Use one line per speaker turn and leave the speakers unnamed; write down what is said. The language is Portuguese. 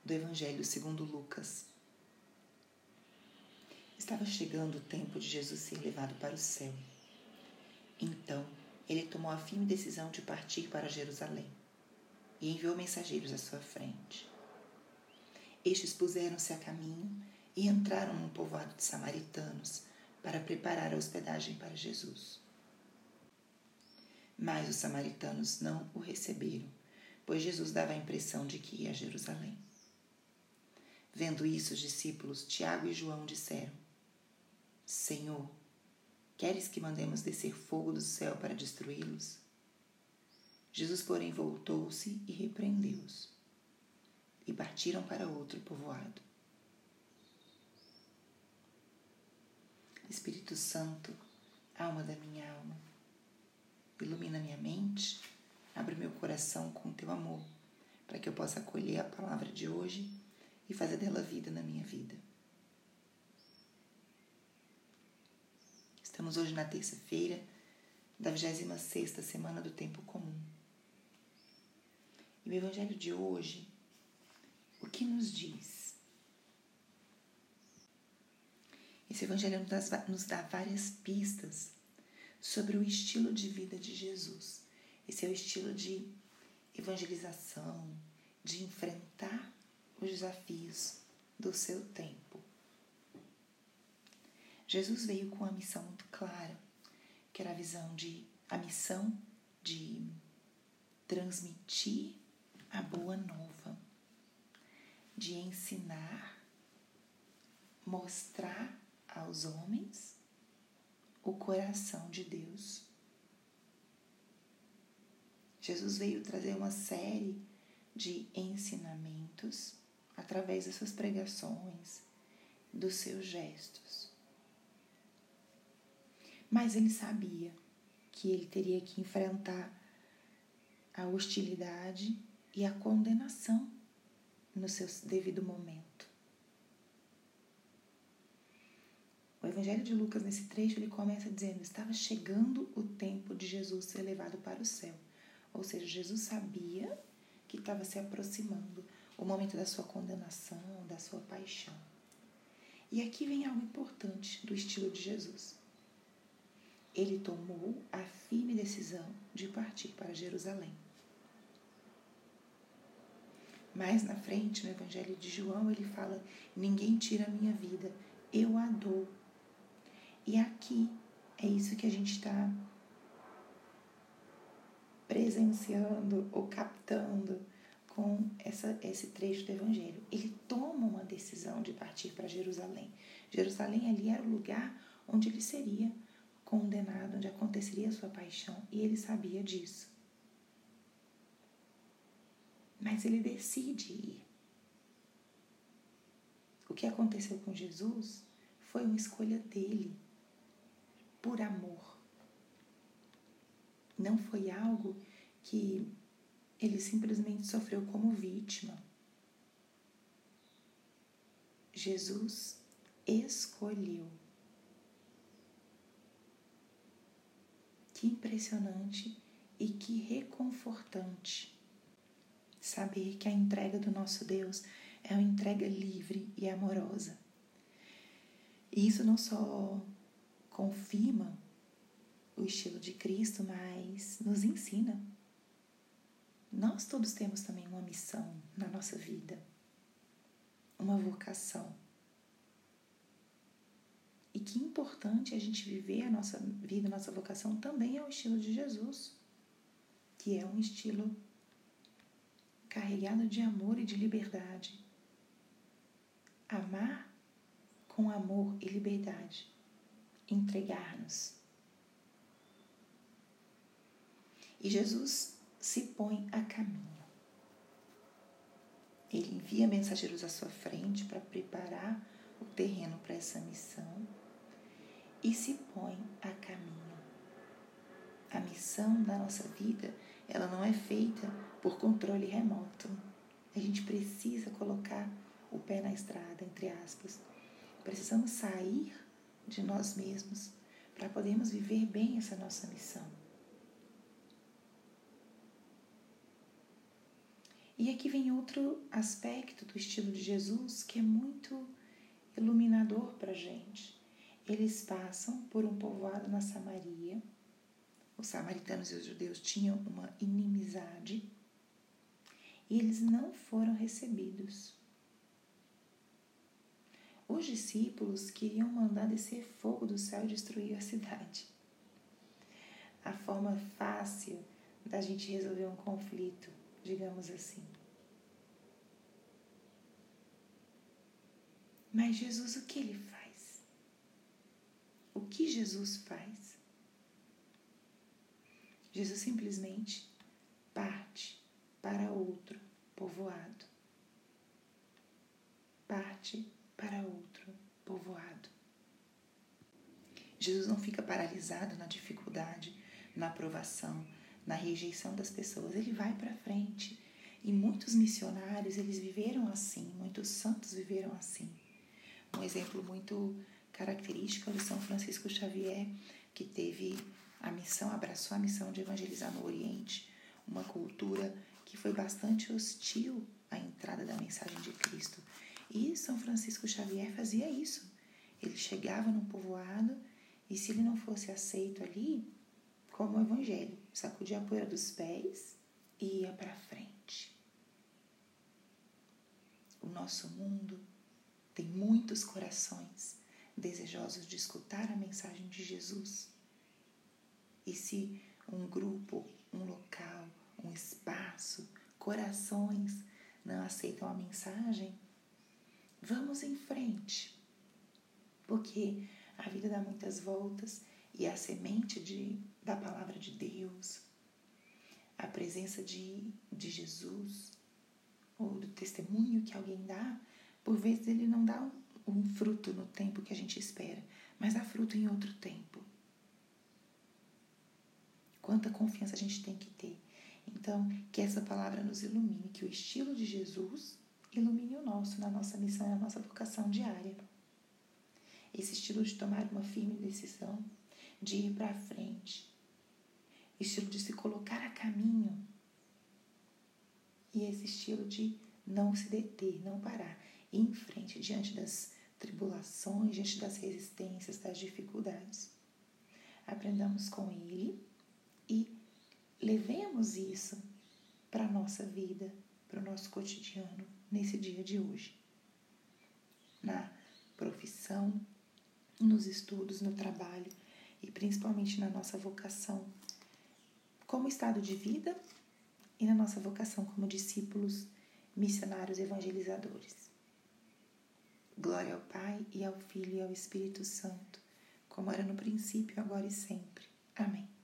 do Evangelho segundo Lucas. Estava chegando o tempo de Jesus ser levado para o céu. Então, ele tomou a firme decisão de partir para Jerusalém e enviou mensageiros à sua frente. Estes puseram-se a caminho e entraram num povoado de samaritanos para preparar a hospedagem para Jesus. Mas os samaritanos não o receberam, pois Jesus dava a impressão de que ia a Jerusalém. Vendo isso, os discípulos Tiago e João disseram: Senhor, queres que mandemos descer fogo do céu para destruí-los? Jesus, porém, voltou-se e repreendeu-os. E partiram para outro povoado. Espírito Santo, alma da minha alma, ilumina minha mente, abre meu coração com teu amor, para que eu possa acolher a palavra de hoje e fazer dela vida na minha vida. Estamos hoje na terça-feira da 26ª semana do Tempo Comum. E o Evangelho de hoje, o que nos diz? Esse Evangelho nos dá várias pistas sobre o estilo de vida de Jesus. Esse é o estilo de evangelização, de enfrentar os desafios do seu tempo. Jesus veio com uma missão muito clara, que era a missão de transmitir a boa nova, de ensinar, mostrar aos homens o coração de Deus. Jesus veio trazer uma série de ensinamentos através das suas pregações, dos seus gestos. Mas ele sabia que ele teria que enfrentar a hostilidade e a condenação no seu devido momento. O Evangelho de Lucas, nesse trecho, ele começa dizendo: estava chegando o tempo de Jesus ser levado para o céu. Ou seja, Jesus sabia que estava se aproximando o momento da sua condenação, da sua paixão. E aqui vem algo importante do estilo de Jesus. Ele tomou a firme decisão de partir para Jerusalém. Mais na frente, no Evangelho de João, ele fala: ninguém tira a minha vida, eu a dou. E aqui é isso que a gente está presenciando ou captando com esse trecho do Evangelho. Ele toma uma decisão de partir para Jerusalém. Jerusalém ali era o lugar onde ele seria condenado, onde aconteceria a sua paixão, e ele sabia disso. Mas ele decide ir. O que aconteceu com Jesus foi uma escolha dele, por amor. Não foi algo que ele simplesmente sofreu como vítima. Jesus escolheu. Que impressionante e que reconfortante saber que a entrega do nosso Deus é uma entrega livre e amorosa. E isso não só confirma o estilo de Cristo, mas nos ensina. Nós todos temos também uma missão na nossa vida, uma vocação. E que importante a gente viver a nossa vida, a nossa vocação também é o estilo de Jesus, que é um estilo carregado de amor e de liberdade. Amar com amor e liberdade. Entregar-nos. E Jesus se põe a caminho. Ele envia mensageiros à sua frente para preparar o terreno para essa missão e se põe a caminho. A missão da nossa vida, ela não é feita por controle remoto. A gente precisa colocar o pé na estrada, entre aspas. Precisamos sair de nós mesmos para podermos viver bem essa nossa missão. E aqui vem outro aspecto do estilo de Jesus que é muito iluminador para a gente. Eles passam por um povoado na Samaria. Os samaritanos e os judeus tinham uma inimizade e eles não foram recebidos. Os discípulos queriam mandar descer fogo do céu e destruir a cidade. A forma fácil da gente resolver um conflito, digamos assim. Mas Jesus, o que ele faz? O que Jesus faz? Jesus simplesmente parte para outro povoado. Parte para outro povoado. Jesus não fica paralisado na dificuldade, na aprovação, na rejeição das pessoas. Ele vai para frente. E muitos missionários, eles viveram assim. Muitos santos viveram assim. Um exemplo muito característico é o de São Francisco Xavier, que teve a missão, abraçou a missão de evangelizar no Oriente, uma cultura que foi bastante hostil à entrada da mensagem de Cristo. E São Francisco Xavier fazia isso. Ele chegava num povoado e, se ele não fosse aceito ali, como o evangelho, sacudia a poeira dos pés e ia para frente. O nosso mundo tem muitos corações desejosos de escutar a mensagem de Jesus. E se um grupo, um local, um espaço, corações não aceitam a mensagem, vamos em frente. Porque a vida dá muitas voltas e a semente da palavra de Deus, a presença de Jesus, ou do testemunho que alguém dá, por vezes ele não dá um fruto no tempo que a gente espera, mas dá fruto em outro tempo. Quanta confiança a gente tem que ter. Então, que essa palavra nos ilumine, que o estilo de Jesus ilumine o nosso, na nossa missão e na nossa vocação diária. Esse estilo de tomar uma firme decisão, de ir para frente, estilo de se colocar a caminho, e esse estilo de não se deter, não parar, ir em frente diante das tribulações, diante das resistências, das dificuldades. Aprendamos com ele e levemos isso para a nossa vida, para o nosso cotidiano, nesse dia de hoje. Na profissão, nos estudos, no trabalho e principalmente na nossa vocação como estado de vida e na nossa vocação como discípulos, missionários evangelizadores. Glória ao Pai e ao Filho e ao Espírito Santo, como era no princípio, agora e sempre. Amém.